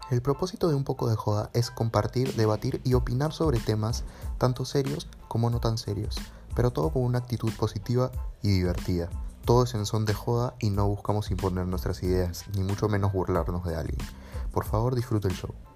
El propósito de un poco de joda es compartir, debatir y opinar sobre temas tanto serios como no tan serios, pero todo con una actitud positiva y divertida. Todo es en son de joda y no buscamos imponer nuestras ideas, ni mucho menos burlarnos de alguien. Por favor, disfrute el show.